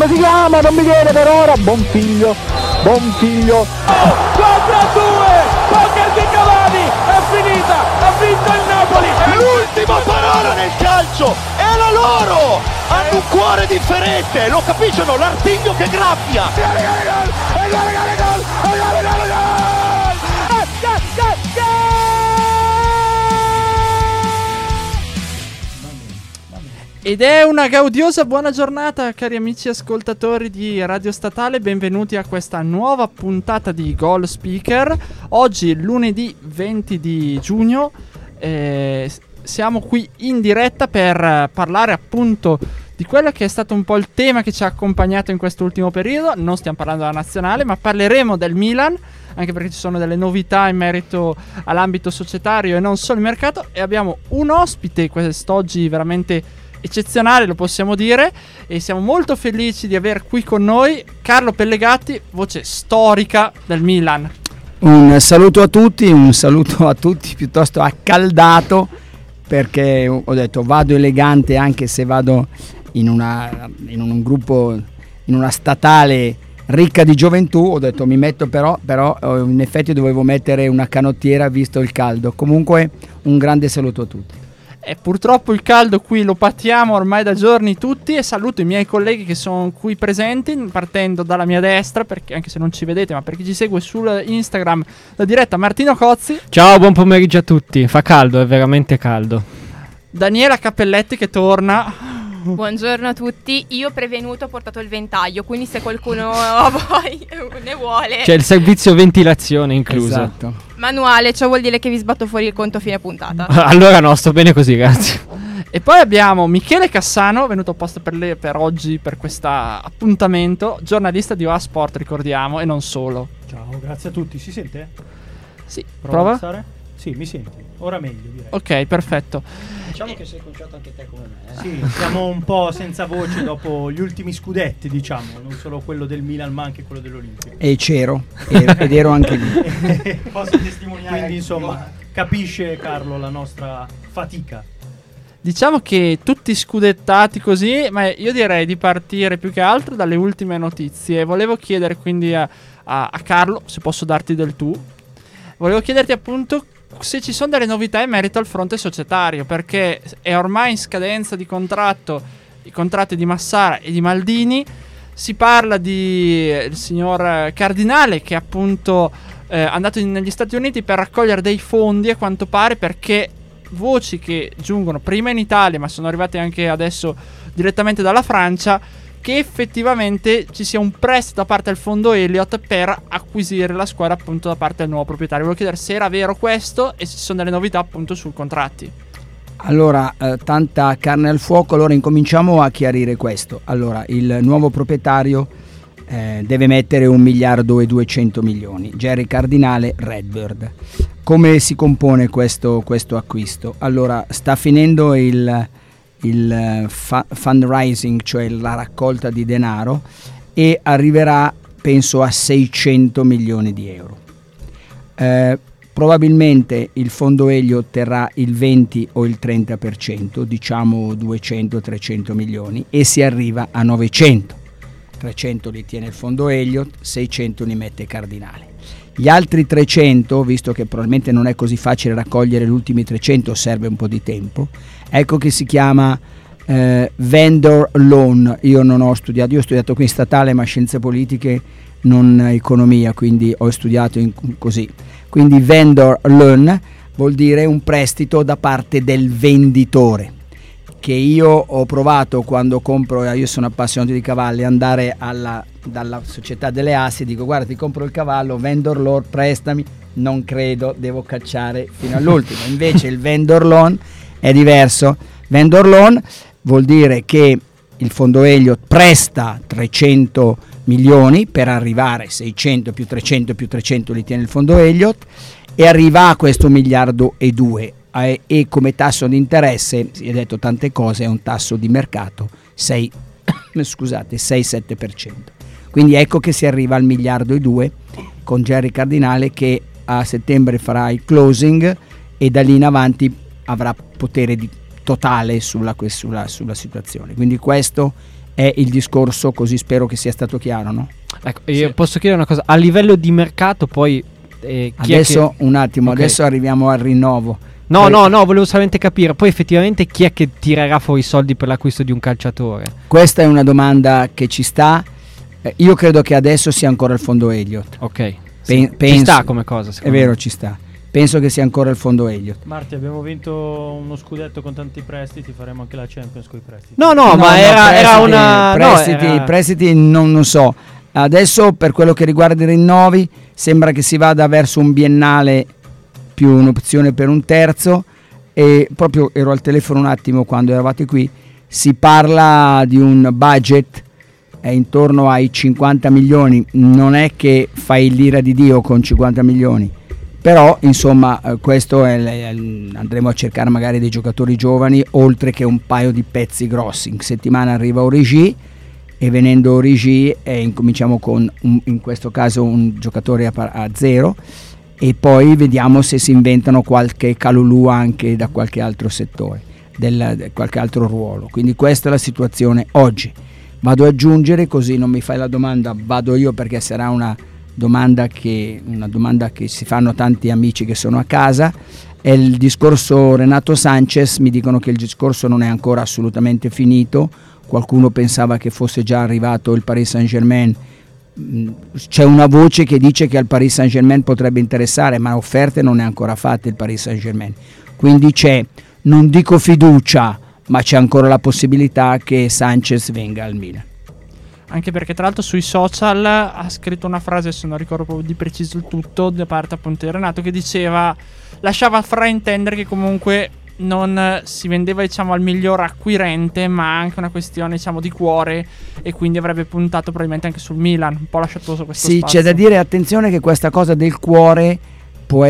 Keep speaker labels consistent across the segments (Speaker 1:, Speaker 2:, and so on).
Speaker 1: si chiama, non mi viene per ora. Bonfiglio. 4-2, poker di Cavani, è finita, ha vinto il Napoli.
Speaker 2: L'ultima parola nel calcio è la loro, hanno un cuore differente, lo capiscono, l'artiglio che graffia.
Speaker 3: Ed è una gaudiosa buona giornata, cari amici ascoltatori di Radio Statale, benvenuti a questa nuova puntata di Goal Speaker. Oggi lunedì 20 di giugno, siamo qui in diretta per parlare appunto di quello che è stato un po' il tema che ci ha accompagnato in quest'ultimo periodo. Non stiamo parlando della nazionale, ma parleremo del Milan, anche perché ci sono delle novità in merito all'ambito societario e non solo il mercato, e abbiamo un ospite quest'oggi veramente eccezionale, lo possiamo dire, e siamo molto felici di aver qui con noi Carlo Pellegatti, voce storica del Milan.
Speaker 4: Un saluto a tutti piuttosto accaldato, perché ho detto vado elegante anche se vado in un gruppo, in una statale ricca di gioventù. Ho detto mi metto però in effetti dovevo mettere una canottiera visto il caldo. Comunque un grande saluto a tutti.
Speaker 3: E purtroppo il caldo qui lo patiamo ormai da giorni tutti, e saluto i miei colleghi che sono qui presenti, partendo dalla mia destra, perché anche se non ci vedete, ma per chi ci segue su Instagram, la diretta, Martino Cozzi.
Speaker 5: Ciao, buon pomeriggio a tutti. Fa caldo, è veramente caldo.
Speaker 3: Daniela Cappelletti che torna.
Speaker 6: Buongiorno a tutti, io prevenuto ho portato il ventaglio, quindi se qualcuno ne vuole.
Speaker 5: C'è il servizio ventilazione incluso.
Speaker 4: Esatto.
Speaker 6: Manuale, ciò vuol dire che vi sbatto fuori il conto a fine puntata.
Speaker 5: Allora no, sto bene così, grazie.
Speaker 3: E poi abbiamo Michele Cassano, venuto apposta per oggi, per questo appuntamento, giornalista di OA Sport, ricordiamo, e non solo.
Speaker 7: Ciao, grazie a tutti, si sente?
Speaker 3: Sì,
Speaker 7: Prova.
Speaker 3: prova.
Speaker 7: Sì, mi senti, ora meglio direi.
Speaker 3: Ok, perfetto.
Speaker 4: Diciamo che sei conciato anche te come me.
Speaker 7: Sì, siamo un po' senza voce dopo gli ultimi scudetti, diciamo, non solo quello del Milan ma anche quello dell'Olimpia.
Speaker 4: E c'ero, ed ero anche lì.
Speaker 7: Posso testimoniare. Quindi insomma, capisce Carlo la nostra fatica.
Speaker 3: Diciamo che tutti scudettati così, ma io direi di partire più che altro dalle ultime notizie. Volevo chiedere quindi a Carlo, se posso darti del tu, volevo chiederti appunto se ci sono delle novità in merito al fronte societario, perché è ormai in scadenza di contratto i contratti di Massara e di Maldini. Si parla di il signor Cardinale che appunto è andato negli Stati Uniti per raccogliere dei fondi, a quanto pare, perché voci che giungono prima in Italia ma sono arrivate anche adesso direttamente dalla Francia, che effettivamente ci sia un prestito da parte del fondo Elliott per acquisire la squadra appunto da parte del nuovo proprietario. Volevo chiedere se era vero questo e se ci sono delle novità appunto sui contratti.
Speaker 4: Allora, tanta carne al fuoco, allora incominciamo a chiarire questo. Allora, il nuovo proprietario deve mettere 1.200 milioni, Jerry Cardinale, Redbird. Come si compone questo acquisto? Allora, sta finendo il fundraising, cioè la raccolta di denaro, e arriverà penso a 600 milioni di euro. Probabilmente il fondo Elio otterrà il 20 o il 30%, diciamo 200-300 milioni, e si arriva a 900. 300 li tiene il fondo Elliott, 600 li mette Cardinale. Gli altri 300, visto che probabilmente non è così facile raccogliere gli ultimi 300, serve un po' di tempo, ecco che si chiama vendor loan. Io ho studiato qui in statale, ma scienze politiche, non economia, quindi ho studiato così. Quindi vendor loan vuol dire un prestito da parte del venditore, che io ho provato quando compro, io sono appassionato di cavalli, andare dalla società delle assi e dico guarda ti compro il cavallo, vendor loan, prestami, non credo, devo cacciare fino all'ultimo. Invece il vendor loan è diverso. Vendor loan vuol dire che il fondo Elliott presta 300 milioni per arrivare a 600 più 300 più 300 li tiene il fondo Elliott, e arriva a questo 1,2 miliardi, e come tasso di interesse, si è detto tante cose, è un tasso di mercato 6-7%. Quindi ecco che si arriva al 1,2 miliardi con Jerry Cardinale, che a settembre farà il closing e da lì in avanti avrà potere totale sulla situazione. Quindi questo è il discorso, così spero che sia stato chiaro, no?
Speaker 5: Ecco, io posso chiedere una cosa, a livello di mercato poi
Speaker 4: adesso un attimo,
Speaker 5: Ok.
Speaker 4: adesso arriviamo al rinnovo.
Speaker 5: No, volevo solamente capire poi effettivamente chi è che tirerà fuori i soldi per l'acquisto di un calciatore.
Speaker 4: Questa è una domanda che ci sta. Io credo che adesso sia ancora il fondo Elliott.
Speaker 5: Ok.
Speaker 4: Ci
Speaker 5: Ci sta come cosa,
Speaker 4: È
Speaker 5: secondo
Speaker 4: vero,
Speaker 5: me.
Speaker 4: ci sta. Penso che sia ancora il fondo Elliott.
Speaker 7: Marti, abbiamo vinto uno scudetto con tanti prestiti, faremo anche la Champions con i prestiti.
Speaker 5: No, ma era una
Speaker 4: prestiti non so. Adesso per quello che riguarda i rinnovi sembra che si vada verso un biennale più un'opzione per un terzo, e proprio ero al telefono un attimo quando eravate qui, si parla di un budget intorno ai 50 milioni, non è che fai l'ira di Dio con 50 milioni, però insomma questo andremo a cercare magari dei giocatori giovani, oltre che un paio di pezzi grossi. In settimana arriva Origi, e venendo Origi incominciamo con in questo caso un giocatore a zero, e poi vediamo se si inventano qualche Calulu anche da qualche altro settore, qualche altro ruolo. Quindi questa è la situazione oggi. Vado ad aggiungere, così non mi fai la domanda, vado io, perché sarà una domanda che si fanno tanti amici che sono a casa. È il discorso Renato Sanchez. Mi dicono che il discorso non è ancora assolutamente finito. Qualcuno pensava che fosse già arrivato il Paris Saint-Germain. C'è una voce che dice che al Paris Saint-Germain potrebbe interessare, ma offerte non è ancora fatte il Paris Saint-Germain. Quindi c'è, non dico fiducia, ma c'è ancora la possibilità che Sanchez venga al Milan.
Speaker 3: Anche perché tra l'altro sui social ha scritto una frase, se non ricordo proprio di preciso il tutto, da parte appunto di Renato, che lasciava fraintendere che comunque non si vendeva, diciamo, al miglior acquirente, ma anche una questione, diciamo, di cuore, e quindi avrebbe puntato probabilmente anche sul Milan, un po' lasciato questo
Speaker 4: sì,
Speaker 3: spazio.
Speaker 4: c'è da dire, attenzione, che questa cosa del cuore può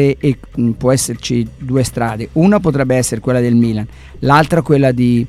Speaker 4: esserci due strade. Una potrebbe essere quella del Milan, l'altra quella di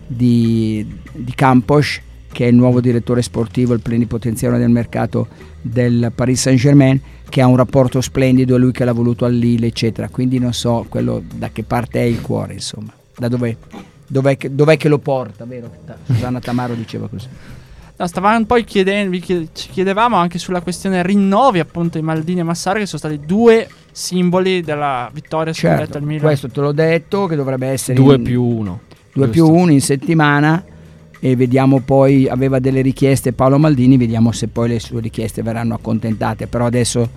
Speaker 4: Campos, che è il nuovo direttore sportivo, il plenipotenziario del mercato del Paris Saint-Germain, che ha un rapporto splendido, è lui che l'ha voluto al Lille, eccetera. Quindi non so quello da che parte è il cuore, insomma, da dov'è che lo porta, vero? Susanna Tamaro diceva così.
Speaker 3: No, stavamo poi ci chiedevamo anche sulla questione rinnovi, appunto, di Maldini e Massaro, che sono stati due simboli della vittoria scudetto al Milan.
Speaker 4: Questo te l'ho detto, che dovrebbe essere
Speaker 5: 2+1.
Speaker 4: 2+1 in settimana, e vediamo poi, aveva delle richieste Paolo Maldini, vediamo se poi le sue richieste verranno accontentate, però adesso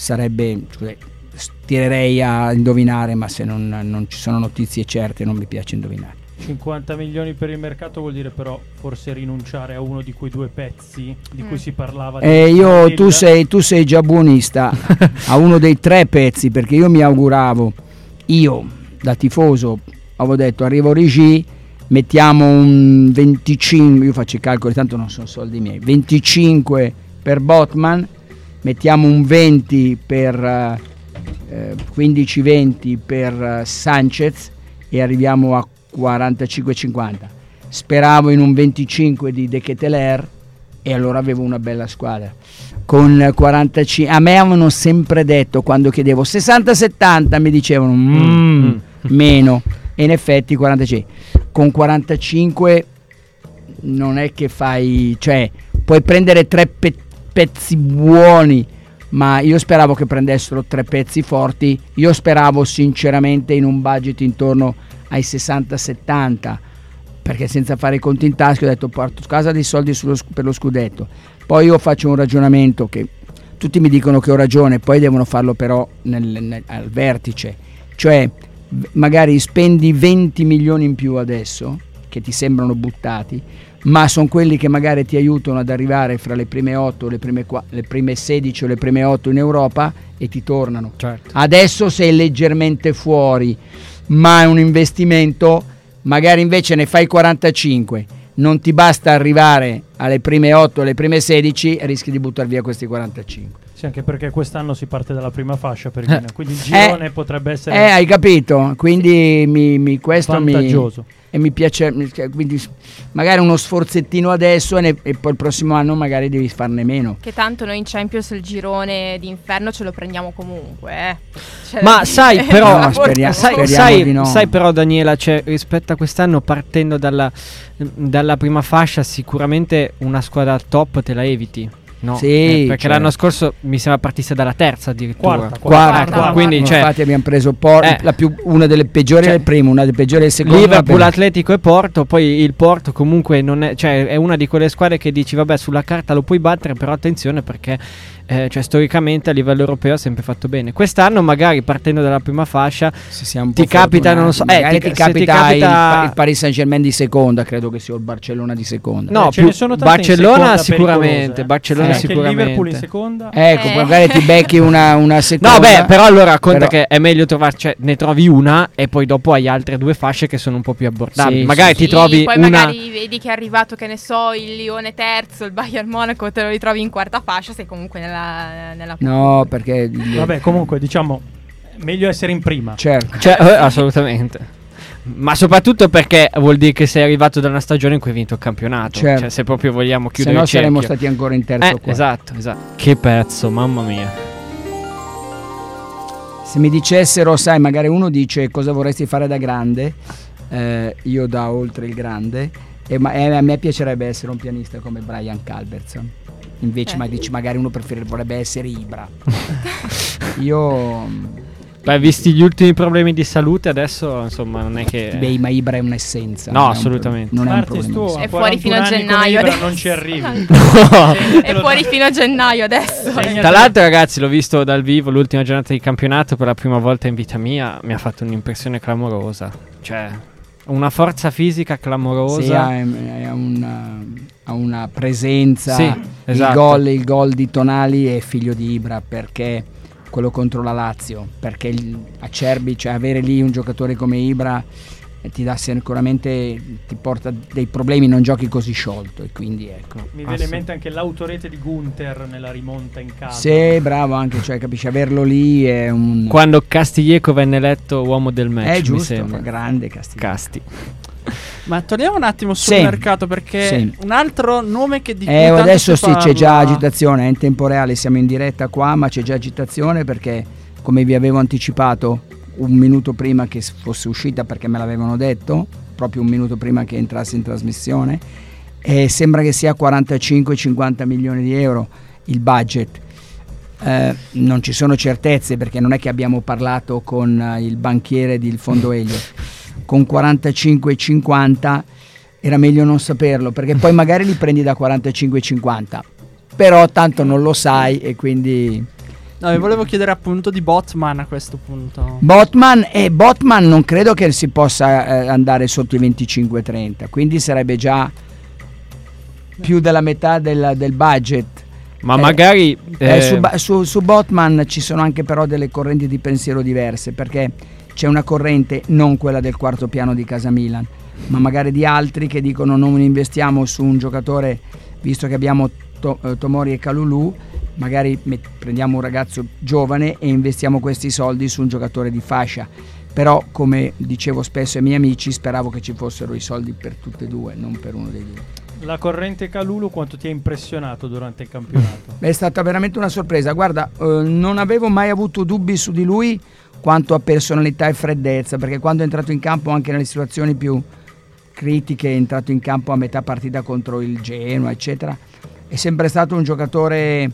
Speaker 4: tirerei a indovinare, ma se non ci sono notizie certe non mi piace indovinare.
Speaker 7: 50 milioni per il mercato vuol dire però forse rinunciare a uno di quei due pezzi di cui si parlava.
Speaker 4: Tu sei già buonista a uno dei tre pezzi, perché io mi auguravo, io da tifoso avevo detto arriva Origi, mettiamo un 25, io faccio i calcoli, tanto non sono soldi miei, 25 per Botman, mettiamo un 20 per 15-20 per Sanchez, e arriviamo a 45-50. Speravo in un 25 di De Ketelaere, e allora avevo una bella squadra. Con 45, a me avevano sempre detto, quando chiedevo 60-70, mi dicevano meno, e in effetti 45. Con 45 non è che fai, cioè puoi prendere tre pezzi buoni, ma io speravo che prendessero tre pezzi forti. Io speravo sinceramente in un budget intorno ai 60-70, perché senza fare i conti in tasca ho detto porto a casa dei soldi per lo scudetto. Poi io faccio un ragionamento che tutti mi dicono che ho ragione, poi devono farlo però al vertice, cioè magari spendi 20 milioni in più adesso, che ti sembrano buttati, ma sono quelli che magari ti aiutano ad arrivare fra le prime 8, le prime 16 o le prime 8 in Europa, e ti tornano.
Speaker 5: Certo.
Speaker 4: Adesso sei leggermente fuori, ma è un investimento. Magari invece ne fai 45, non ti basta arrivare alle prime 8, alle prime 16, e rischi di buttare via questi 45.
Speaker 7: Sì, anche perché quest'anno si parte dalla prima fascia per il Milan, quindi il girone potrebbe essere
Speaker 4: hai capito? Quindi questo
Speaker 7: vantaggioso.
Speaker 4: mi piace, quindi magari uno sforzettino adesso e poi il prossimo anno magari devi farne meno.
Speaker 6: Che tanto noi in Champions il girone d'inferno ce lo prendiamo comunque. Cioè,
Speaker 5: Ma sai però,
Speaker 4: No, speriamo di no.
Speaker 5: sai però Daniela, cioè, rispetto a quest'anno, partendo dalla prima fascia, sicuramente una squadra top te la eviti. No,
Speaker 4: Sì,
Speaker 5: perché
Speaker 4: cioè.
Speaker 5: l'anno scorso mi sembra partisse dalla terza addirittura.
Speaker 4: Quarta.
Speaker 5: Quindi cioè,
Speaker 4: Infatti abbiamo preso una delle peggiori
Speaker 5: cioè,
Speaker 4: del primo, una delle peggiori del secondo.
Speaker 5: Liverpool, Atletico e Porto. Poi il Porto comunque non è, cioè, è una di quelle squadre che dici vabbè, sulla carta lo puoi battere, però attenzione perché cioè, storicamente a livello europeo ha sempre fatto bene. Quest'anno magari partendo dalla prima fascia ti capita, non lo so,
Speaker 4: ti capita il Paris Saint-Germain di seconda, credo che sia il Barcellona di seconda.
Speaker 5: No,
Speaker 7: ce ne sono tante
Speaker 5: Barcellona
Speaker 7: in seconda
Speaker 5: sicuramente,
Speaker 7: pericolose,
Speaker 5: Barcellona
Speaker 7: anche il
Speaker 5: sicuramente.
Speaker 7: Liverpool in seconda.
Speaker 4: Ecco, magari ti becchi una seconda.
Speaker 5: No, beh, però allora conta
Speaker 4: Però-
Speaker 5: che è meglio trovare, cioè ne trovi una e poi dopo hai altre due fasce che sono un po' più abbordabili.
Speaker 4: Sì,
Speaker 5: magari
Speaker 6: sì,
Speaker 5: ti trovi
Speaker 6: poi
Speaker 5: una.
Speaker 6: magari vedi che è arrivato, che ne so, il Lione terzo, il Bayern Monaco, te lo ritrovi in quarta fascia, sei comunque nella
Speaker 4: No, perché
Speaker 7: Vabbè, comunque diciamo meglio essere in prima.
Speaker 4: certo.
Speaker 5: Cioè, assolutamente. Ma soprattutto perché vuol dire che sei arrivato da una stagione in cui hai vinto il campionato.
Speaker 4: Certo.
Speaker 5: Cioè, se proprio vogliamo
Speaker 4: Se
Speaker 5: chiudere
Speaker 4: no
Speaker 5: il cerchio.
Speaker 4: saremmo stati ancora in terzo qua.
Speaker 5: Esatto. Che pezzo, mamma mia.
Speaker 4: Se mi dicessero, sai, magari uno dice cosa vorresti fare da grande, io da oltre il grande, a me piacerebbe essere un pianista come Brian Calbertson. Invece magari uno vorrebbe essere Ibra. Io
Speaker 5: Beh, visti gli ultimi problemi di salute, adesso insomma non è che.
Speaker 4: Beh, ma Ibra è un'essenza.
Speaker 5: No,
Speaker 4: non è un
Speaker 5: assolutamente.
Speaker 4: non è un
Speaker 7: Martis,
Speaker 4: problema.
Speaker 7: tu a
Speaker 6: È fuori
Speaker 7: 41
Speaker 6: fino a
Speaker 7: anni con
Speaker 6: gennaio
Speaker 7: Ibra
Speaker 6: adesso.
Speaker 7: non ci arrivi.
Speaker 6: È fuori fino a gennaio adesso.
Speaker 5: Tra l'altro, ragazzi, l'ho visto dal vivo l'ultima giornata di campionato per la prima volta in vita mia. Mi ha fatto un'impressione clamorosa. Cioè, una forza fisica clamorosa.
Speaker 4: Sì, ha una presenza.
Speaker 5: Sì, esatto.
Speaker 4: Il gol di Tonali è figlio di Ibra, perché quello contro la Lazio, perché Acerbi, cioè avere lì un giocatore come Ibra ti dà sicuramente, ti porta dei problemi, non giochi così sciolto, e quindi ecco.
Speaker 7: Mi viene in mente anche l'autorete di Gunther nella rimonta in casa.
Speaker 4: Sì, bravo, anche, cioè capisci, averlo lì è un
Speaker 5: Quando Castiglieco venne eletto uomo del match,
Speaker 4: è giusto,
Speaker 5: mi sembra.
Speaker 4: grande Castiglieco.
Speaker 5: Casti.
Speaker 3: Ma torniamo un attimo sul
Speaker 4: Sì.
Speaker 3: mercato, perché
Speaker 4: Sì.
Speaker 3: un altro nome che di cui tanto
Speaker 4: Adesso
Speaker 3: si
Speaker 4: sì, c'è già
Speaker 3: parla-
Speaker 4: agitazione, è in tempo reale, siamo in diretta qua, ma c'è già agitazione perché, come vi avevo anticipato un minuto prima che fosse uscita, perché me l'avevano detto, proprio un minuto prima che entrasse in trasmissione, e sembra che sia 45-50 milioni di euro il budget. Non ci sono certezze, perché non è che abbiamo parlato con il banchiere del Fondo Elliott. Con 45-50 era meglio non saperlo, perché poi magari li prendi da 45-50, però tanto non lo sai, e quindi
Speaker 3: No, vi volevo chiedere appunto di Botman a questo punto.
Speaker 4: Botman non credo che si possa andare sotto i 25-30, quindi sarebbe già più della metà del budget.
Speaker 5: Ma magari
Speaker 4: Su Botman ci sono anche però delle correnti di pensiero diverse, perché c'è una corrente, non quella del quarto piano di Casa Milan, ma magari di altri che dicono non investiamo su un giocatore, visto che abbiamo Tomori e Kalulu, magari prendiamo un ragazzo giovane e investiamo questi soldi su un giocatore di fascia. Però, come dicevo spesso ai miei amici, speravo che ci fossero i soldi per tutte e due, non per uno dei due.
Speaker 7: La corrente Kalulu quanto ti ha impressionato durante il campionato?
Speaker 4: È stata veramente una sorpresa. Guarda, non avevo mai avuto dubbi su di lui quanto a personalità e freddezza, perché quando è entrato in campo, anche nelle situazioni più critiche, è entrato in campo a metà partita contro il Genoa, eccetera. È sempre stato un giocatore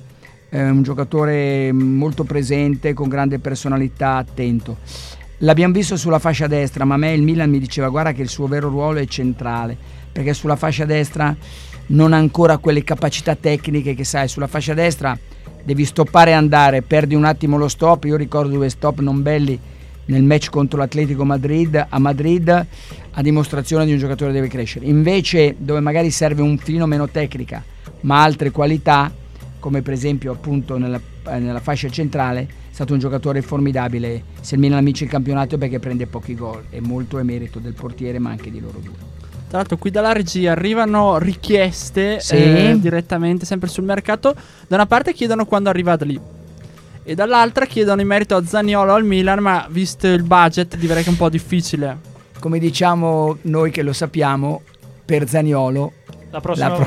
Speaker 4: molto presente, con grande personalità, attento. L'abbiamo visto sulla fascia destra, ma a me il Milan mi diceva guarda che il suo vero ruolo è centrale, perché sulla fascia destra non ha ancora quelle capacità tecniche che sai, sulla fascia destra devi stoppare e andare, perdi un attimo lo stop. Io ricordo due stop non belli nel match contro l'Atletico Madrid, a Madrid, a dimostrazione di un giocatore che deve crescere. Invece dove magari serve un filino meno tecnica ma altre qualità, come per esempio appunto nella fascia centrale, è stato un giocatore formidabile. Se il Milan vince il campionato è perché prende pochi gol, e molto è merito del portiere ma anche di loro due.
Speaker 3: Tra l'altro qui dalla regia arrivano richieste
Speaker 4: Sì.
Speaker 3: direttamente, sempre sul mercato. Da una parte chiedono quando arriva Adli. e dall'altra chiedono in merito a Zaniolo al Milan, ma visto il budget direi che è un po' difficile.
Speaker 4: Come diciamo noi che lo sappiamo, per Zaniolo
Speaker 7: La prossima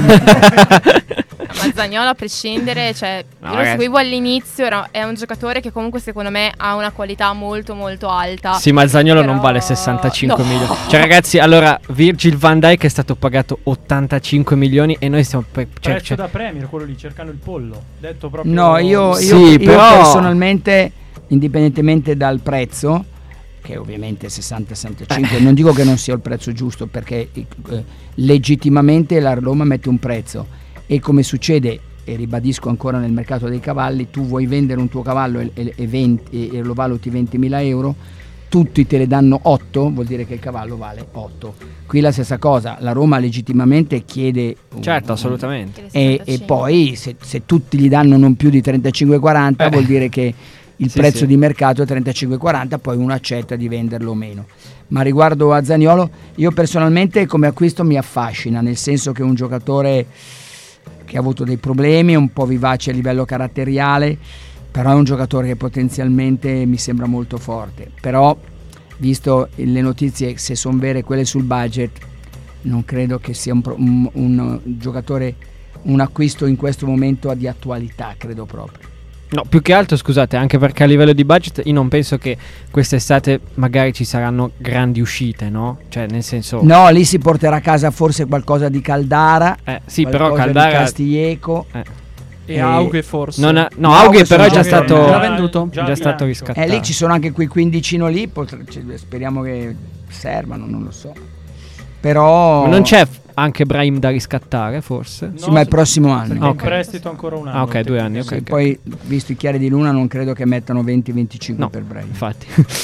Speaker 6: Ma Zaniolo a prescindere, cioè, io lo seguivo all'inizio, è un giocatore che comunque secondo me ha una qualità molto molto alta.
Speaker 5: Sì, ma Zaniolo
Speaker 6: Però
Speaker 5: non vale 65
Speaker 6: no.
Speaker 5: milioni. Cioè ragazzi, allora Virgil van Dijk è stato pagato 85 milioni e noi stiamo
Speaker 7: prezzo da Premier, quello lì, cercano il pollo. Detto proprio.
Speaker 4: No, io
Speaker 5: però
Speaker 4: personalmente, indipendentemente dal prezzo, che ovviamente 60-65, non dico che non sia il prezzo giusto, perché legittimamente la Roma mette un prezzo, e come succede, e ribadisco ancora, nel mercato dei cavalli, tu vuoi vendere un tuo cavallo e lo valuti 20.000 euro, tutti te le danno 8, vuol dire che il cavallo vale 8. Qui la stessa cosa, la Roma legittimamente chiede
Speaker 5: certo, assolutamente.
Speaker 4: e poi se tutti gli danno non più di 35-40 vuol dire che il prezzo di mercato è 35-40, poi uno accetta di venderlo o meno. Ma riguardo a Zaniolo, io personalmente come acquisto mi affascina, nel senso che è un giocatore che ha avuto dei problemi, è un po' vivace a livello caratteriale, però è un giocatore che potenzialmente mi sembra molto forte. Però, visto le notizie, se sono vere quelle sul budget, non credo che sia un giocatore, un acquisto in questo momento di attualità, credo proprio.
Speaker 5: No, più che altro scusate, anche perché a livello di budget io non penso che quest'estate magari ci saranno grandi uscite, no? Cioè nel senso...
Speaker 4: No, lì si porterà a casa forse qualcosa di Caldara,
Speaker 5: sì, però Caldara...
Speaker 4: di Castiglieco.
Speaker 3: E Aughe forse.
Speaker 5: Aughe però è già stato...
Speaker 3: L'ha venduto?
Speaker 5: Già stato riscattato.
Speaker 4: Lì ci sono anche quei 15 lì, speriamo che servano, non lo so. Però...
Speaker 5: Ma non c'è anche Brahim da riscattare forse?
Speaker 4: Sì, ma il prossimo anno.
Speaker 7: In prestito ancora un anno.
Speaker 5: Ok, 2 anni.
Speaker 4: Sì,
Speaker 5: Okay.
Speaker 4: Poi, visto i chiari di luna, non credo che mettano 20-25 per Brahim.
Speaker 5: Infatti.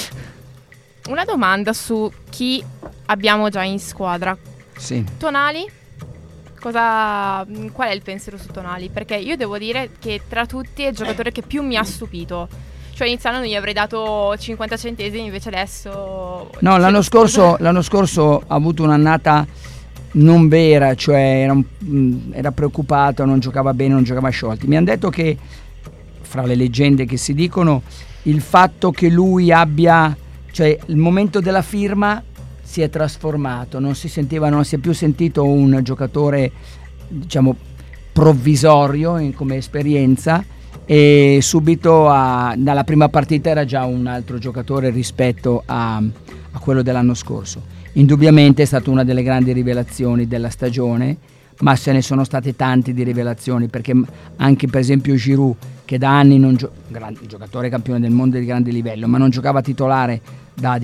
Speaker 6: Una domanda su chi abbiamo già in squadra.
Speaker 4: Sì.
Speaker 6: Tonali? Qual è il pensiero su Tonali? Perché io devo dire che tra tutti è il giocatore che più mi ha stupito. Cioè iniziando non gli avrei dato 50 centesimi, invece adesso...
Speaker 4: No, l'anno scorso ha avuto un'annata non vera, cioè era preoccupato, non giocava bene, non giocava a sciolti. Mi hanno detto che, fra le leggende che si dicono, il fatto che lui abbia, cioè il momento della firma si è trasformato, non si è più sentito un giocatore, diciamo, provvisorio come esperienza, e subito dalla prima partita era già un altro giocatore rispetto a quello dell'anno scorso. Indubbiamente è stata una delle grandi rivelazioni della stagione, ma se ne sono state tante di rivelazioni, perché anche per esempio Giroud, che da anni giocatore campione del mondo di grande livello, ma non giocava titolare da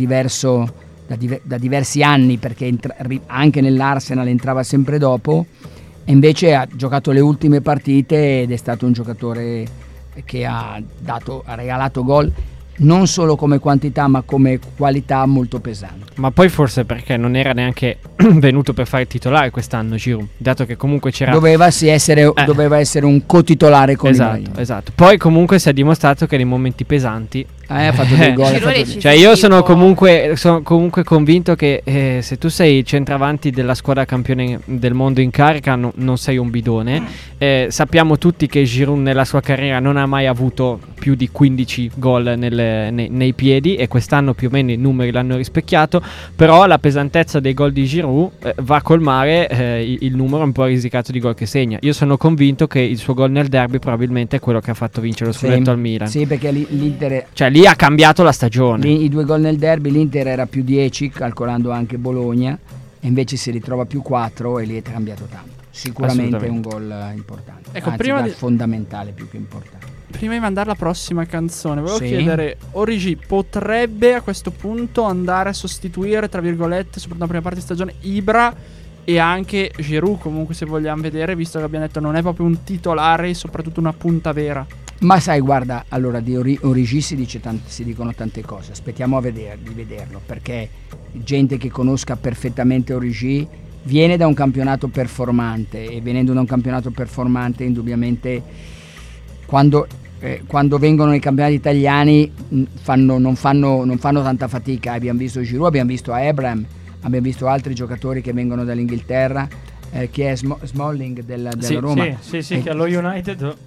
Speaker 4: diversi anni, perché anche nell'Arsenal entrava sempre dopo, e invece ha giocato le ultime partite ed è stato un giocatore che ha regalato gol non solo come quantità ma come qualità molto pesante.
Speaker 5: Ma poi forse perché non era neanche venuto per fare titolare quest'anno Giroud, dato che comunque c'era...
Speaker 4: Doveva essere un co-titolare con Ibrahimovic.
Speaker 5: Esatto. Poi comunque si è dimostrato che nei momenti pesanti
Speaker 4: ha fatto dei gol.
Speaker 5: Cioè io sono comunque convinto che se tu sei il centravanti della squadra campione del mondo in carica non sei un bidone. Sappiamo tutti che Giroud nella sua carriera non ha mai avuto più di 15 gol nei piedi, e quest'anno più o meno i numeri l'hanno rispecchiato, però la pesantezza dei gol di Giroud va a colmare il numero un po' risicato di gol che segna. Io sono convinto che il suo gol nel derby probabilmente è quello che ha fatto vincere lo scudetto al Milan.
Speaker 4: Sì, perché l'Inter,
Speaker 5: cioè lì ha cambiato la stagione.
Speaker 4: I 2 gol nel derby, l'Inter era più 10 calcolando anche Bologna, e invece si ritrova più 4 e lì è cambiato tanto. Sicuramente è un gol importante, anzi fondamentale più che importante.
Speaker 3: Prima di mandare la prossima canzone, volevo chiedere, Origi potrebbe a questo punto andare a sostituire, tra virgolette, soprattutto nella prima parte di stagione, Ibra e anche Giroud, comunque, se vogliamo vedere, visto che abbiamo detto non è proprio un titolare e soprattutto una punta vera?
Speaker 4: Ma sai, guarda, allora di Origi si dicono tante cose, aspettiamo di vederlo, perché gente che conosca perfettamente Origi viene da un campionato performante, e venendo da un campionato performante indubbiamente quando vengono nei campionati italiani non fanno tanta fatica. Abbiamo visto Giroud, abbiamo visto Abraham, abbiamo visto altri giocatori che vengono dall'Inghilterra, che è Smalling della Roma.
Speaker 7: Sì, che allo United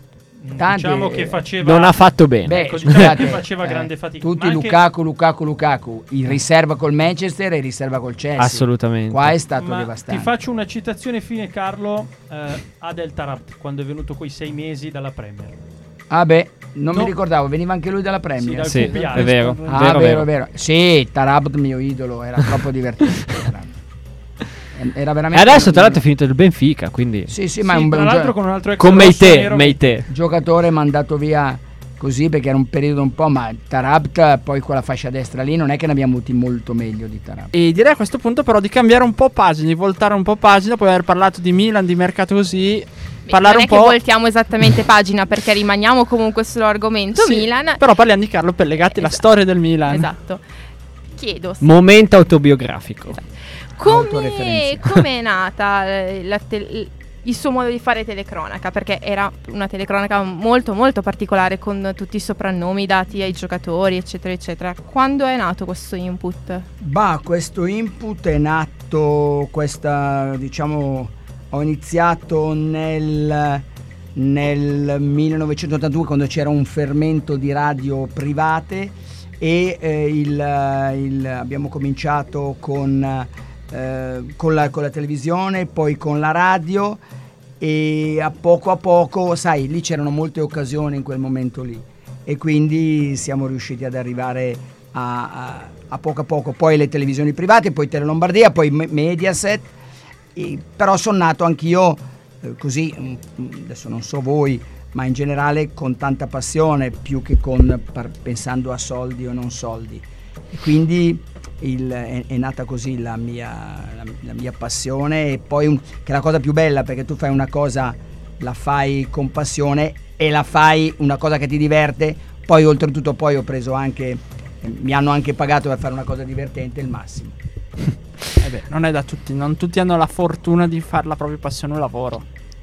Speaker 4: Tanti,
Speaker 7: diciamo che faceva
Speaker 5: non ha fatto bene.
Speaker 4: Beh,
Speaker 7: ecco, diciamo
Speaker 4: scusate,
Speaker 7: che faceva grande fatica.
Speaker 4: tutti
Speaker 7: Ma anche-
Speaker 4: Lukaku, in riserva col Manchester e in riserva col Chelsea.
Speaker 5: Assolutamente.
Speaker 4: Qua è stato
Speaker 7: Ma
Speaker 4: devastante.
Speaker 7: ti faccio una citazione fine, Carlo, Adel Taarabt, quando è venuto quei 6 mesi dalla Premier.
Speaker 4: Ah beh, non
Speaker 7: No.
Speaker 4: mi ricordavo, veniva anche lui dalla
Speaker 7: Sì,
Speaker 4: Premier.
Speaker 7: dal
Speaker 5: Sì,
Speaker 7: QPR.
Speaker 5: è vero.
Speaker 4: Ah,
Speaker 5: vero.
Speaker 4: vero. Sì, Taarabt mio idolo, era troppo divertente. Era
Speaker 5: E
Speaker 4: veramente
Speaker 5: adesso tra l'altro è finito il Benfica, quindi
Speaker 4: Sì,
Speaker 7: Sì,
Speaker 4: ma è un
Speaker 7: tra
Speaker 4: bel
Speaker 7: l'altro con un altro ex
Speaker 5: con
Speaker 7: rosso nero.
Speaker 5: Meite.
Speaker 4: giocatore mandato via così perché era un periodo un po', ma Taarabt poi quella fascia destra lì non è che ne abbiamo avuti molto meglio di Taarabt.
Speaker 3: E direi a questo punto però di cambiare un po' pagina, di voltare un po' pagina, dopo aver parlato di Milan, di mercato così, parlare
Speaker 6: non
Speaker 3: un
Speaker 6: è che
Speaker 3: po'...
Speaker 6: voltiamo esattamente pagina perché rimaniamo comunque sull'argomento
Speaker 3: Sì,
Speaker 6: Milan.
Speaker 3: però parliamo di Carlo Pellegatti, la
Speaker 6: Esatto.
Speaker 3: storia del Milan.
Speaker 6: Esatto. Chiedo
Speaker 5: Momento autobiografico.
Speaker 6: come è nata il suo modo di fare telecronaca, perché era una telecronaca molto molto particolare con tutti i soprannomi dati ai giocatori eccetera eccetera. Quando è nato questo input?
Speaker 4: Bah, questo input è nato, ho iniziato nel 1982 quando c'era un fermento di radio private e abbiamo cominciato con la televisione, poi con la radio e a poco, sai, lì c'erano molte occasioni in quel momento lì e quindi siamo riusciti ad arrivare a poco, poi le televisioni private, poi Tele Lombardia, poi Mediaset, però sono nato anch'io così, adesso non so voi, ma in generale con tanta passione più che pensando a soldi o non soldi e quindi è nata così la mia passione e poi che è la cosa più bella perché tu fai una cosa, la fai con passione e la fai una cosa che ti diverte, poi oltretutto poi ho preso anche, mi hanno anche pagato per fare una cosa divertente, il massimo.
Speaker 3: Non è da tutti, non tutti hanno la fortuna di fare la propria passione un lavoro.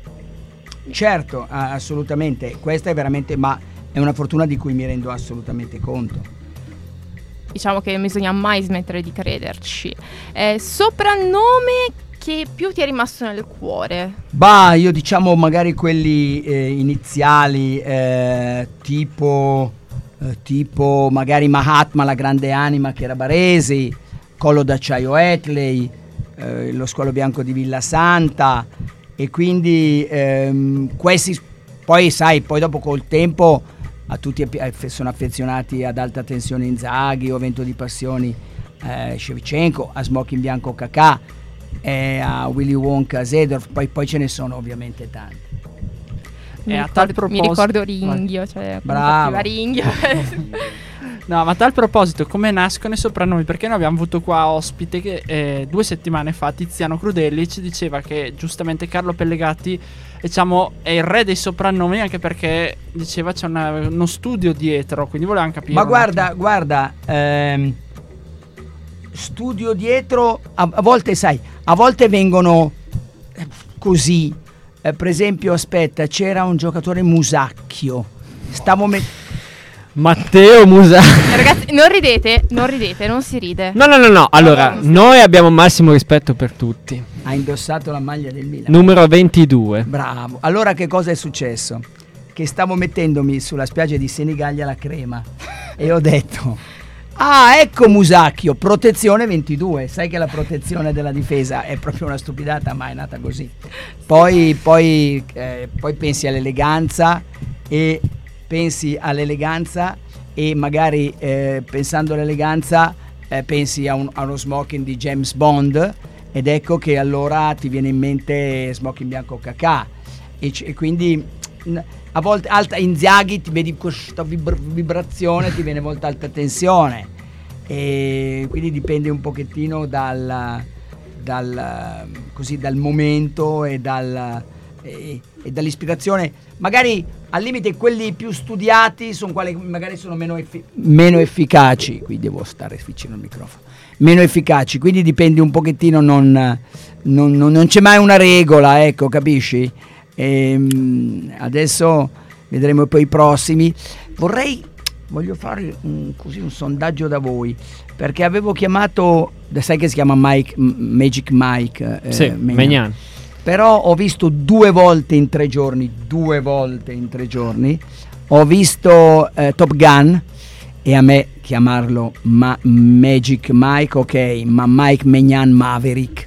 Speaker 4: Certo, assolutamente, questa è veramente, ma è una fortuna di cui mi rendo assolutamente conto.
Speaker 6: Diciamo che non bisogna mai smettere di crederci. Soprannome che più ti è rimasto nel cuore?
Speaker 4: Bah, io diciamo magari quelli iniziali, tipo magari Mahatma, la grande anima che era baresi, Collo d'acciaio Etley, lo Squalo Bianco di Villa Santa e quindi questi poi sai, poi dopo col tempo a tutti sono affezionati ad Alta Tensione Inzaghi o Vento di Passioni Shevchenko, a Smoking Bianco Kakà, a Willy Wonka Zedorf, poi ce ne sono ovviamente tanti.
Speaker 3: E a tal
Speaker 6: Mi
Speaker 3: proposito,
Speaker 6: ricordo Ringhio, cioè
Speaker 4: Bravo.
Speaker 6: partiva Ringhio.
Speaker 3: no, ma a tal proposito, come nascono i soprannomi? Perché noi abbiamo avuto qua ospite che 2 settimane fa Tiziano Crudelli ci diceva che giustamente Carlo Pellegatti, diciamo, è il re dei soprannomi, anche perché diceva c'è uno studio dietro, quindi volevamo capire.
Speaker 4: Ma guarda, studio dietro, a volte sai, a volte vengono così. Per esempio, aspetta, c'era un giocatore Musacchio.
Speaker 5: Matteo Musa.
Speaker 6: Ragazzi, non ridete, non si ride.
Speaker 5: No. Allora, noi abbiamo massimo rispetto per tutti.
Speaker 4: Ha indossato la maglia del Milan.
Speaker 5: Numero 22.
Speaker 4: Bravo. Allora che cosa è successo? Che stavo mettendomi sulla spiaggia di Senigallia la crema e ho detto: ah, ecco Musacchio, protezione 22. Sai che la protezione della difesa è proprio una stupidata, ma è nata così. Poi pensi all'eleganza e magari pensando all'eleganza pensi a uno smoking di James Bond ed ecco che allora ti viene in mente Smoking Bianco Kakà e quindi a volte alta Inzaghi, ti vedi questa vibrazione, ti viene a volte alta tensione e quindi dipende un pochettino dal momento e dall'ispirazione. Magari al limite quelli più studiati sono quelli che magari sono meno efficaci. Qui devo stare vicino al microfono. Meno efficaci, quindi dipende un pochettino, non c'è mai una regola, ecco, capisci? Adesso vedremo poi i prossimi. Voglio fare un sondaggio da voi, perché avevo chiamato, sai che si chiama Magic Mike?
Speaker 5: Sì, Maignan.
Speaker 4: Però ho visto 2 volte in 3 giorni, ho visto Top Gun, e a me chiamarlo Magic Mike, ok, ma Mike Maignan Maverick,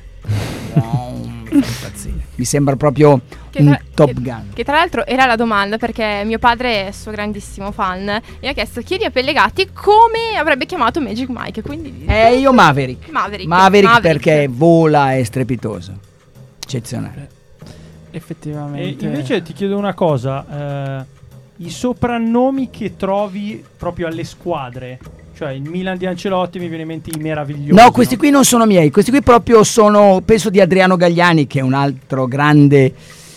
Speaker 4: mi sembra proprio Top Gun.
Speaker 6: Che tra l'altro era la domanda, perché mio padre è suo grandissimo fan e mi ha chiesto: chiedi a Pellegatti come avrebbe chiamato Magic Mike, quindi
Speaker 4: Io Maverick perché vola, è strepitoso, eccezionale.
Speaker 3: Effettivamente.
Speaker 7: E invece ti chiedo una cosa, i soprannomi che trovi proprio alle squadre, cioè il Milan di Ancelotti mi viene in mente i meravigliosi.
Speaker 4: No, questi qui non sono miei, questi qui proprio sono, penso, di Adriano Galliani, che è un altro grande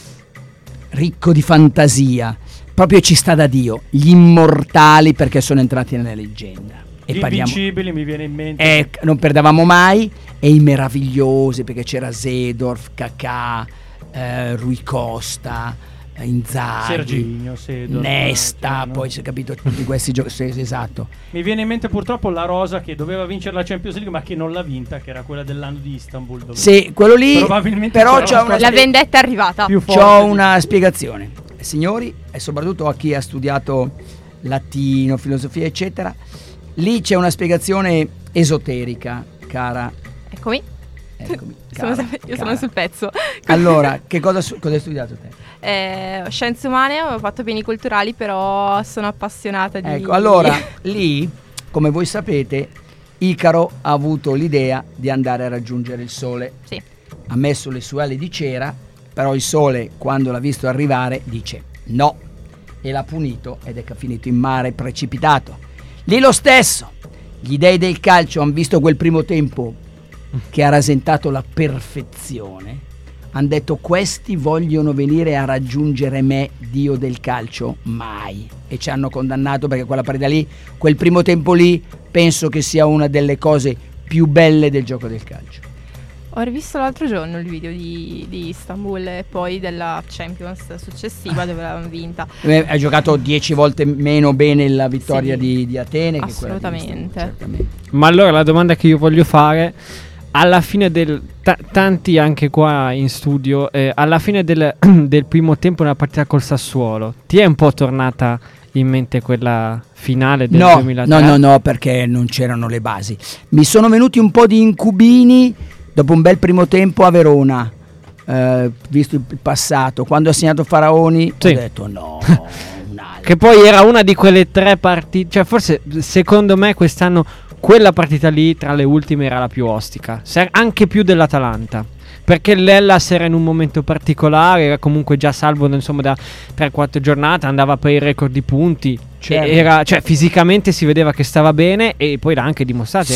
Speaker 4: ricco di fantasia, proprio ci sta da Dio, gli immortali, perché sono entrati nella leggenda.
Speaker 7: Gli invincibili mi viene in mente.
Speaker 4: Non perdevamo mai, e i meravigliosi, perché c'era Seedorf, Kakà, Rui Costa, Inzaghi,
Speaker 7: Serginho, Seedorf,
Speaker 4: Nesta, poi si è capito tutti questi giochi, esatto.
Speaker 7: Mi viene in mente purtroppo la rosa che doveva vincere la Champions League ma che non l'ha vinta, che era quella dell'anno di Istanbul, dove
Speaker 4: sì, quello lì,
Speaker 7: probabilmente
Speaker 4: però c'è
Speaker 6: la vendetta è arrivata.
Speaker 4: C'ho una spiegazione, signori, e soprattutto a chi ha studiato latino, filosofia eccetera. Lì c'è una spiegazione esoterica, cara.
Speaker 6: Eccomi. Io sono sul pezzo.
Speaker 4: Allora, cosa hai studiato te?
Speaker 6: Scienze umane, ho fatto beni culturali, però sono appassionata di...
Speaker 4: Ecco, allora, lì, come voi sapete, Icaro ha avuto l'idea di andare a raggiungere il sole.
Speaker 6: Sì.
Speaker 4: Ha messo le sue ali di cera, però il sole, quando l'ha visto arrivare, dice no, e l'ha punito ed è finito in mare precipitato. Lì lo stesso, gli dei del calcio hanno visto quel primo tempo che ha rasentato la perfezione, hanno detto: questi vogliono venire a raggiungere me, dio del calcio? Mai. E ci hanno condannato, perché quella partita lì, quel primo tempo lì, penso che sia una delle cose più belle del gioco del calcio.
Speaker 6: Ho rivisto l'altro giorno il video di Istanbul e poi della Champions successiva dove l'avevano vinta.
Speaker 4: Ha giocato 10 volte meno bene la vittoria di Atene che quella di
Speaker 6: Istanbul,
Speaker 4: certamente.
Speaker 5: Ma allora la domanda che io voglio fare, alla fine tanti anche qua in studio, alla fine del primo tempo nella partita col Sassuolo, ti è un po' tornata in mente quella finale del 2003?
Speaker 4: No, perché non c'erano le basi. Mi sono venuti un po' di incubini dopo un bel primo tempo a Verona, visto il passato, quando ha segnato Faraoni,
Speaker 5: sì.
Speaker 4: Ho detto no.
Speaker 5: Che poi era una di quelle 3 partite, cioè forse secondo me quest'anno quella partita lì tra le ultime era la più ostica, anche più dell'Atalanta, perché l'Hellas era in un momento particolare, era comunque già salvo insomma da 3-4 giornate, andava per il record di punti,
Speaker 4: certo.
Speaker 5: Cioè fisicamente si vedeva che stava bene e poi l'ha anche dimostrato.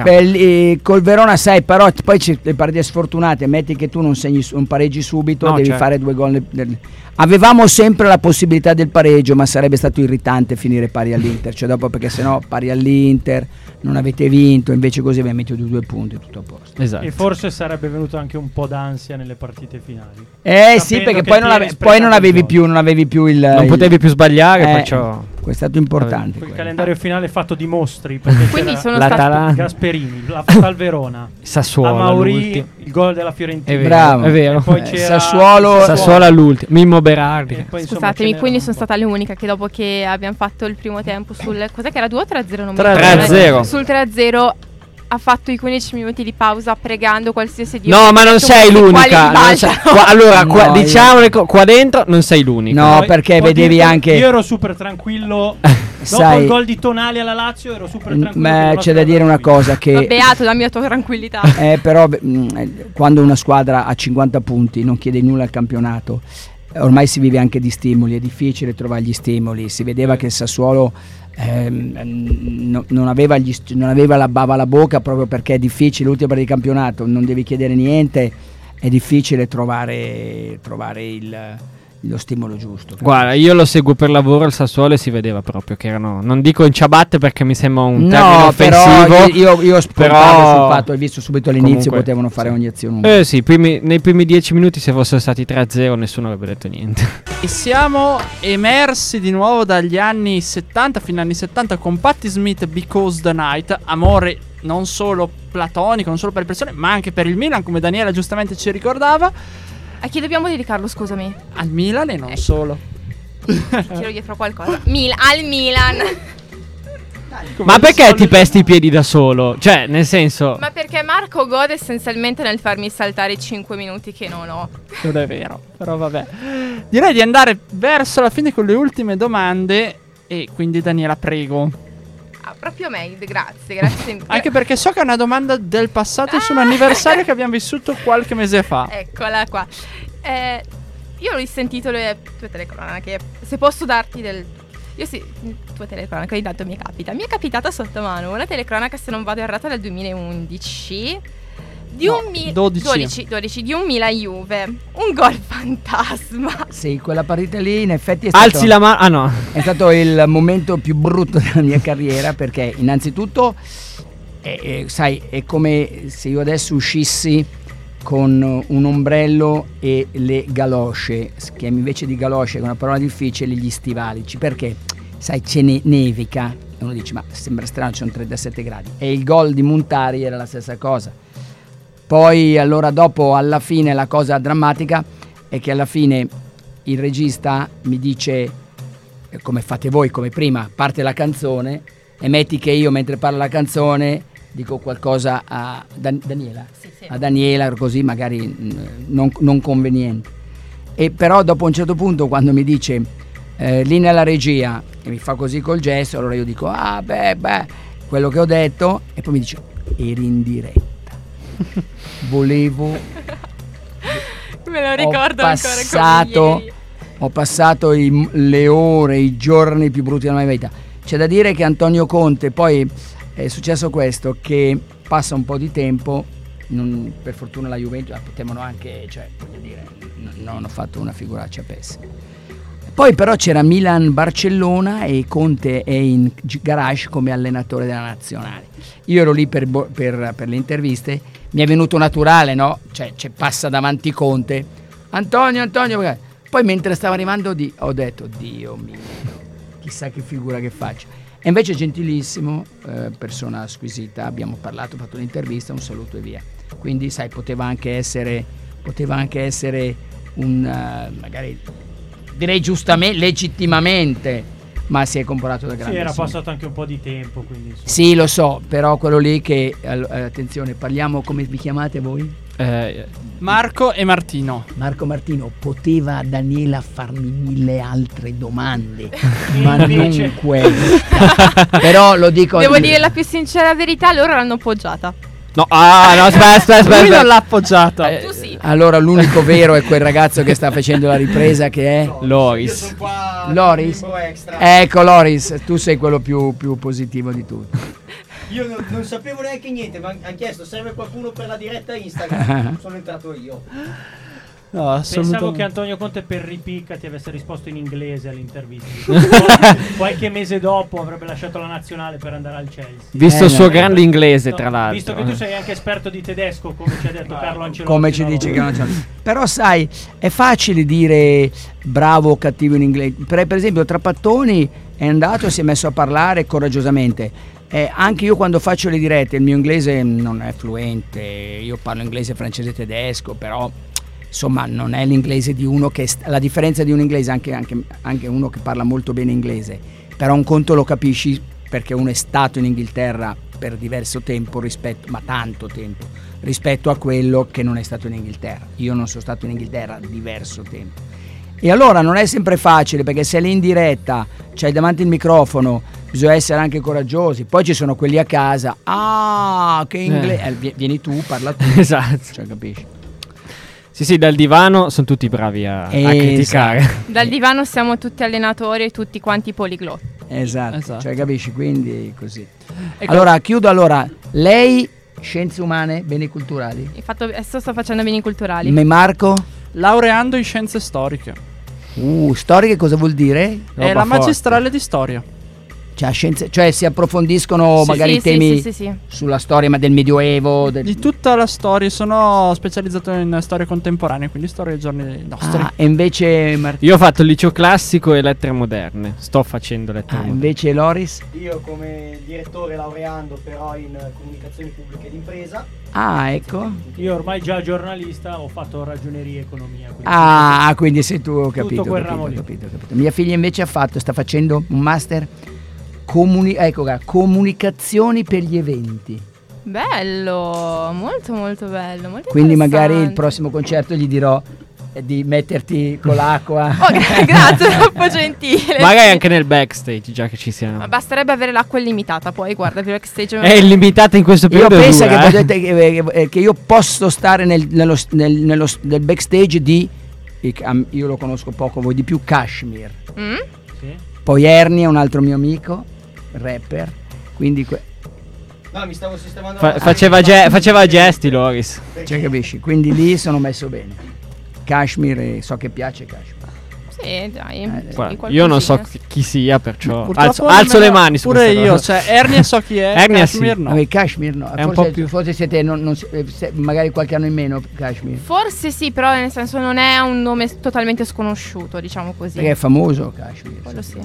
Speaker 4: Sì, col Verona sai, però poi c'è le partite sfortunate, metti che tu non segni un pareggi subito, devi fare 2 gol. Avevamo sempre la possibilità del pareggio, ma sarebbe stato irritante finire pari all'Inter, cioè dopo, perché sennò pari all'Inter non avete vinto, invece così abbiamo messo 2 punti, tutto a posto.
Speaker 5: Esatto.
Speaker 7: E forse sarebbe venuto anche un po' d'ansia nelle partite finali.
Speaker 4: Sì, perché poi non avevi più il...
Speaker 5: Non potevi più sbagliare, perciò...
Speaker 4: È stato importante.
Speaker 7: Il calendario finale è fatto di mostri, perché
Speaker 6: quindi sono
Speaker 5: stati
Speaker 7: Gasperini, la fatta al Verona,
Speaker 5: Sassuolo,
Speaker 7: Mauri, il gol della Fiorentina.
Speaker 4: Bravo,
Speaker 5: è vero.
Speaker 7: E poi c'era
Speaker 5: Sassuolo all'ultimo, Mimmo Berardi.
Speaker 6: Scusatemi, quindi sono stata l'unica che dopo che abbiamo fatto il primo tempo sul... Cos'è che era 2 o 3-0? Non mi ricordo.
Speaker 5: 3-0.
Speaker 6: Sul 3-0 ha fatto i 15 minuti di pausa pregando qualsiasi dio.
Speaker 5: No, ma non sei l'unica. Allora, diciamole qua dentro non sei l'unica.
Speaker 4: No, perché vedevi anche...
Speaker 7: Io ero super tranquillo. Dopo il gol di Tonali alla Lazio ero super tranquillo.
Speaker 4: Ma c'è da dire una cosa che...
Speaker 6: Beato la mia tua tranquillità.
Speaker 4: Però quando una squadra ha 50 punti non chiede nulla al campionato, ormai si vive anche di stimoli, è difficile trovare gli stimoli. Si vedeva che il Sassuolo non aveva la bava alla bocca, proprio perché è difficile, l'ultima partita di campionato, non devi chiedere niente, è difficile trovare lo stimolo giusto.
Speaker 5: Guarda, io lo seguo per lavoro il Sassuolo e si vedeva proprio che erano, non dico in ciabatte perché mi sembra un termine offensivo,
Speaker 4: però io spuntavo sul fatto, hai visto subito all'inizio
Speaker 5: comunque,
Speaker 4: potevano fare ogni azione.
Speaker 5: Sì, nei primi 10 minuti se fossero stati 3-0 nessuno avrebbe detto niente.
Speaker 3: E siamo emersi di nuovo dagli anni 70, fino agli anni 70 con Patti Smith, Because the Night, amore non solo platonico, non solo per le persone, ma anche per il Milan, come Daniela giustamente ci ricordava.
Speaker 6: A chi dobbiamo dedicarlo, scusami?
Speaker 3: Al Milan e non solo.
Speaker 6: Ti tiro dietro qualcosa. Al Milan.
Speaker 5: Ma perché ti pesti i piedi da solo? Cioè, nel senso...
Speaker 6: Ma perché Marco gode essenzialmente nel farmi saltare i 5 minuti che non ho.
Speaker 3: Non è vero, però vabbè. Direi di andare verso la fine con le ultime domande. E quindi Daniela, prego.
Speaker 6: Proprio me, grazie.
Speaker 3: Anche perché so che è una domanda del passato su un anniversario che abbiamo vissuto qualche mese fa.
Speaker 6: Eccola qua. Io ho risentito le tue telecronache. Se posso darti del... Io sì, tue telecronache, intanto mi è capitata sotto mano una telecronaca, se non vado errata, del 2011 di
Speaker 3: No,
Speaker 6: un
Speaker 3: 12
Speaker 6: di un Milan Juve, un gol fantasma.
Speaker 4: Sì, quella partita lì in effetti è stato,
Speaker 5: Alzi la mano. Ah no.
Speaker 4: è stato il momento più brutto della mia carriera, perché innanzitutto sai, è come se io adesso uscissi con un ombrello e le galosce, che invece di galosce, che è una parola difficile, gli stivalici, perché sai c'è nevica e uno dice ma sembra strano, ci sono 37 gradi, e il gol di Montari era la stessa cosa. Poi allora dopo, alla fine, la cosa drammatica è che alla fine il regista mi dice, come fate voi, come prima, parte la canzone e metti che io mentre parlo la canzone dico qualcosa a Daniela,
Speaker 6: Sì.
Speaker 4: a Daniela, così magari non conveniente. E però dopo un certo punto, quando mi dice linea alla regia e mi fa così col gesto, allora io dico quello che ho detto, e poi mi dice eri in diretta. Volevo
Speaker 6: Me lo ricordo ancora come ieri.
Speaker 4: Ho passato le ore, i giorni più brutti della mia vita. C'è da dire che Antonio Conte, poi è successo questo, che passa un po' di tempo, per fortuna la Juventus potevano anche, cioè voglio dire, non hanno fatto una figuraccia pessima. Poi però c'era Milan-Barcellona e Conte è in garage come allenatore della nazionale. Io ero lì per le interviste, mi è venuto naturale, no? Cioè passa davanti Conte, Antonio, poi mentre stava arrivando ho detto, Dio mio, chissà che figura che faccio. E invece gentilissimo, persona squisita, abbiamo parlato, ho fatto un'intervista, un saluto e via. Quindi sai, poteva anche essere un magari, direi giustamente, legittimamente, ma si è comportato da grande.
Speaker 7: Sì, era
Speaker 4: signore.
Speaker 7: passato anche un po' di tempo, quindi insomma.
Speaker 4: Sì, lo so, però quello lì che attenzione, parliamo, come vi chiamate voi?
Speaker 3: Marco e Martino.
Speaker 4: Marco Martino, poteva Daniela farmi 1000 altre domande, ma non
Speaker 7: invece
Speaker 4: questa. Però lo dico.
Speaker 6: Devo dire la più sincera verità, loro l'hanno appoggiata.
Speaker 5: No, aspetta.
Speaker 3: Lui non l'ha appoggiata.
Speaker 6: Tu sì.
Speaker 4: Allora l'unico vero è quel ragazzo che sta facendo la ripresa, che è
Speaker 5: Loris.
Speaker 4: Loris. Ecco Loris, tu sei quello più positivo di tutti.
Speaker 8: Io non sapevo neanche niente, ma hanno chiesto serve qualcuno per la diretta Instagram. Sono entrato io.
Speaker 3: No,
Speaker 7: pensavo
Speaker 3: assolutamente.
Speaker 7: che Antonio Conte per ripicca ti avesse risposto in inglese all'intervista. Qualche mese dopo avrebbe lasciato la nazionale per andare al Chelsea.
Speaker 5: Visto il suo
Speaker 4: no.
Speaker 5: grande inglese,
Speaker 7: No,
Speaker 5: tra l'altro.
Speaker 7: visto che tu sei anche esperto di tedesco, come ci ha detto Carlo Ancelotti.
Speaker 4: Come ci
Speaker 7: una
Speaker 4: dice che
Speaker 7: volta.
Speaker 4: non c'è. Però sai, è facile dire bravo o cattivo in inglese. Per esempio Trapattoni è andato e si è messo a parlare coraggiosamente. Anche io quando faccio le dirette, il mio inglese non è fluente, io parlo inglese, francese, tedesco, però insomma non è l'inglese di uno che la differenza di un inglese, anche uno che parla molto bene inglese, però un conto lo capisci perché uno è stato in Inghilterra per diverso tempo, ma tanto tempo, rispetto a quello che non è stato in Inghilterra. Io non sono stato in Inghilterra diverso tempo. E allora non è sempre facile, perché se lì in diretta c'hai davanti il microfono, bisogna essere anche coraggiosi. Poi ci sono quelli a casa, che inglese, vieni tu, parla tu.
Speaker 5: Esatto.
Speaker 4: Cioè, capisci?
Speaker 5: Sì, dal divano sono tutti bravi a criticare.
Speaker 6: Dal divano siamo tutti allenatori e tutti quanti poliglotti.
Speaker 4: Esatto, cioè capisci, quindi così.
Speaker 3: Ecco.
Speaker 4: Allora chiudo, lei scienze umane, beni culturali.
Speaker 6: Adesso sto facendo beni culturali.
Speaker 4: Marco?
Speaker 3: Laureando in scienze storiche.
Speaker 4: Storiche cosa vuol dire?
Speaker 3: È la magistrale di storia.
Speaker 4: Cioè si approfondiscono magari temi sulla storia, ma del Medioevo.
Speaker 3: Di tutta la storia, sono specializzato in storia contemporanea, quindi storia dei giorni nostri.
Speaker 4: E invece
Speaker 5: io ho fatto il liceo classico e lettere moderne. Sto facendo lettere moderne.
Speaker 4: Invece Loris?
Speaker 8: Io come direttore laureando però in comunicazioni pubbliche d'impresa.
Speaker 4: Ecco.
Speaker 7: Io ormai già giornalista, ho fatto ragioneria e economia.
Speaker 4: Quindi sei tu, ho capito.
Speaker 7: Tutto quel ramo lì.
Speaker 4: Capito. Mia figlia invece sta facendo un master comunicazioni per gli eventi.
Speaker 6: Bello, molto molto bello, molto
Speaker 4: quindi magari il prossimo concerto gli dirò di metterti con l'acqua.
Speaker 6: Grazie, troppo gentile.
Speaker 5: Magari anche nel backstage, già che ci siamo.
Speaker 6: Ma basterebbe avere l'acqua illimitata, poi guarda, il backstage
Speaker 5: è illimitata in questo periodo.
Speaker 4: Io penso che io posso stare nel backstage di io lo conosco poco, voi di più, Kashmir.
Speaker 7: Sì.
Speaker 4: Poi Ernie è un altro mio amico, rapper, quindi
Speaker 8: no, mi stavo sistemando.
Speaker 5: Faceva gesti Loris.
Speaker 4: Cioè, capisci? Quindi lì sono messo bene. Kashmir, e so che piace Kashmir.
Speaker 6: Sì, dai.
Speaker 5: Guarda, io non so chi sia, perciò
Speaker 3: Purtroppo
Speaker 5: alzo le mani su
Speaker 3: pure io,
Speaker 5: cosa.
Speaker 3: cioè Ernie so chi è,
Speaker 5: Ernie
Speaker 3: Kashmir
Speaker 5: sì.
Speaker 3: no.
Speaker 4: Kashmir no.
Speaker 5: È un po' più...
Speaker 4: forse siete magari qualche anno in meno Kashmir.
Speaker 6: Forse sì, però nel senso non è un nome totalmente sconosciuto, diciamo così.
Speaker 4: Perché è famoso Kashmir.
Speaker 6: Quello sì.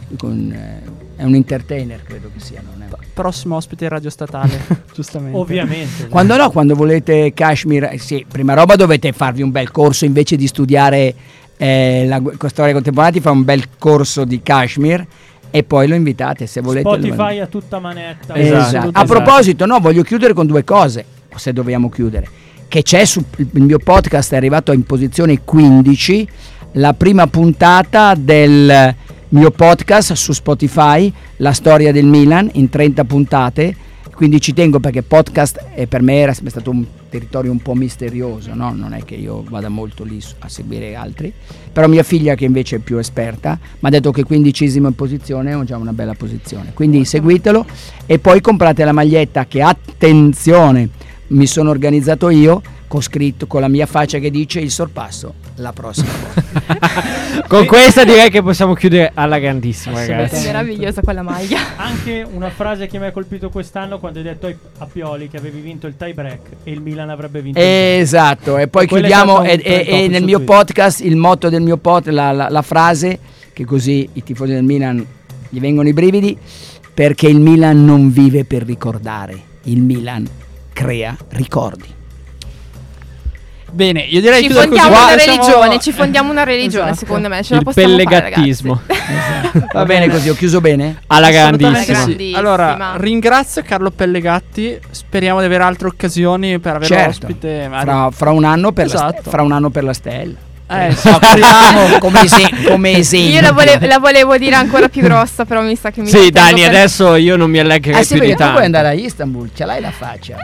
Speaker 4: È un entertainer, credo che sia, non è?
Speaker 3: Prossimo ospite in radio statale, giustamente.
Speaker 7: Ovviamente.
Speaker 4: Quando volete Kashmir, sì, prima roba dovete farvi un bel corso invece di studiare la storia contemporanea, fa un bel corso di Kashmir e poi lo invitate se volete.
Speaker 7: Spotify a tutta manetta.
Speaker 4: Esatto. A proposito, voglio chiudere con due cose, se dobbiamo chiudere. Che c'è il mio podcast, è arrivato in posizione 15, la prima puntata del mio podcast su Spotify, la storia del Milan in 30 puntate, quindi ci tengo perché podcast per me era sempre stato un territorio un po' misterioso, no? Non è che io vada molto lì a seguire altri, però mia figlia che invece è più esperta mi ha detto che 15esimo in posizione è già una bella posizione, quindi seguitelo e poi comprate la maglietta che, attenzione, mi sono organizzato io, con scritto con la mia faccia che dice il sorpasso la prossima volta.
Speaker 5: Con questa direi che possiamo chiudere alla grandissima, ragazzi.
Speaker 6: È meravigliosa quella maglia.
Speaker 7: Anche una frase che mi ha colpito quest'anno quando hai detto a Pioli che avevi vinto il tie break e il Milan avrebbe vinto
Speaker 4: esatto, e poi chiudiamo e nel mio podcast il motto del mio podcast, la frase che così i tifosi del Milan gli vengono i brividi, perché il Milan non vive per ricordare, il Milan crea ricordi.
Speaker 3: Bene, io direi
Speaker 6: ci fondiamo una religione,
Speaker 3: esatto.
Speaker 6: Secondo me ce
Speaker 5: il
Speaker 6: la possiamo
Speaker 5: pellegattismo.
Speaker 6: fare,
Speaker 4: Va bene così, ho chiuso bene?
Speaker 5: Alla grandissima.
Speaker 6: Grandissima.
Speaker 3: Allora, ringrazio Carlo Pellegatti, speriamo di avere altre occasioni per avere ospite
Speaker 4: fra un anno per
Speaker 3: esatto.
Speaker 4: fra un anno per la Stella.
Speaker 3: Speriamo
Speaker 4: come esempio.
Speaker 6: Io la volevo dire ancora più grossa, però mi sa che mi
Speaker 5: sì, Dani, adesso io non mi allegherei più di
Speaker 4: tu
Speaker 5: tanto.
Speaker 4: vuoi andare a Istanbul, ce l'hai la faccia.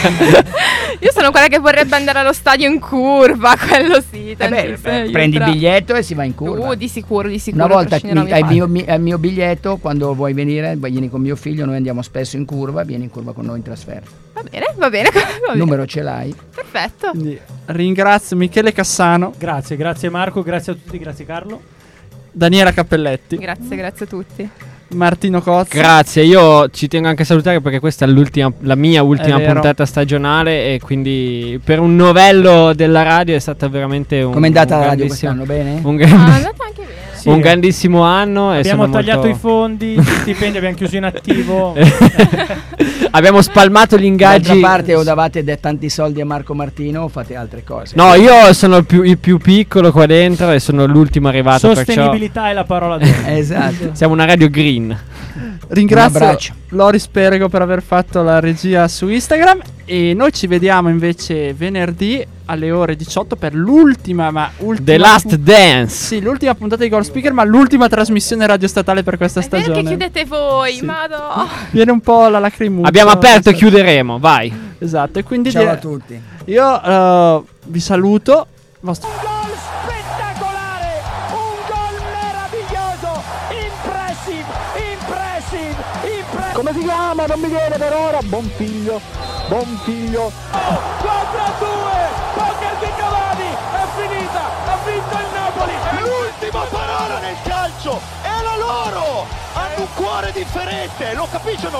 Speaker 6: Io sono quella che vorrebbe andare allo stadio in curva, quello sì.
Speaker 4: Prendi il biglietto e si va in curva.
Speaker 6: Di sicuro.
Speaker 4: Una volta al mio biglietto, quando vuoi venire, vieni con mio figlio, noi andiamo spesso in curva, vieni in curva con noi in trasferta.
Speaker 6: Va bene.
Speaker 4: Il numero ce l'hai?
Speaker 6: Perfetto.
Speaker 3: Quindi, ringrazio Michele Cassano.
Speaker 7: Grazie Marco, grazie a tutti, grazie Carlo.
Speaker 3: Daniela Cappelletti.
Speaker 6: Grazie a tutti.
Speaker 3: Martino Cozzi.
Speaker 5: Grazie, io ci tengo anche a salutare perché questa è la mia ultima puntata stagionale e quindi per un novello della radio è stata veramente un...
Speaker 4: Come è andata la radio quest'anno? Bene?
Speaker 6: È andata anche bene.
Speaker 5: Sì, un grandissimo anno.
Speaker 7: Abbiamo tagliato i fondi, gli stipendi abbiamo chiuso in attivo.
Speaker 5: Abbiamo spalmato gli ingaggi.
Speaker 4: D'altra parte o davate tanti soldi a Marco Martino o fate altre cose?
Speaker 5: No, io sono il più piccolo qua dentro e sono l'ultimo arrivato.
Speaker 7: Sostenibilità è la parola d'ordine.
Speaker 4: Esatto.
Speaker 5: Siamo una radio green.
Speaker 3: Ringrazio Loris Perego per aver fatto la regia su Instagram e noi ci vediamo invece venerdì alle ore 18 per l'ultima
Speaker 5: The Last Dance.
Speaker 3: Sì, l'ultima puntata di Goal Speaker, ma l'ultima trasmissione radio statale per questa stagione.
Speaker 6: Perché chiudete voi?
Speaker 3: Sì.
Speaker 6: Madò.
Speaker 3: Viene un po' la lacrimuccia.
Speaker 5: Abbiamo aperto e chiuderemo, vai.
Speaker 3: Esatto, e quindi
Speaker 4: ciao a tutti.
Speaker 3: Io vi saluto.
Speaker 1: Un gol spettacolare, un gol meraviglioso, impressive. Come si chiama? Non mi viene per ora. Buon figlio. 4-2, poker di Cavani, è finita, ha vinto il Napoli.
Speaker 2: L'ultima parola nel calcio. calcio, è la loro! Hanno un cuore differente, lo capiscono?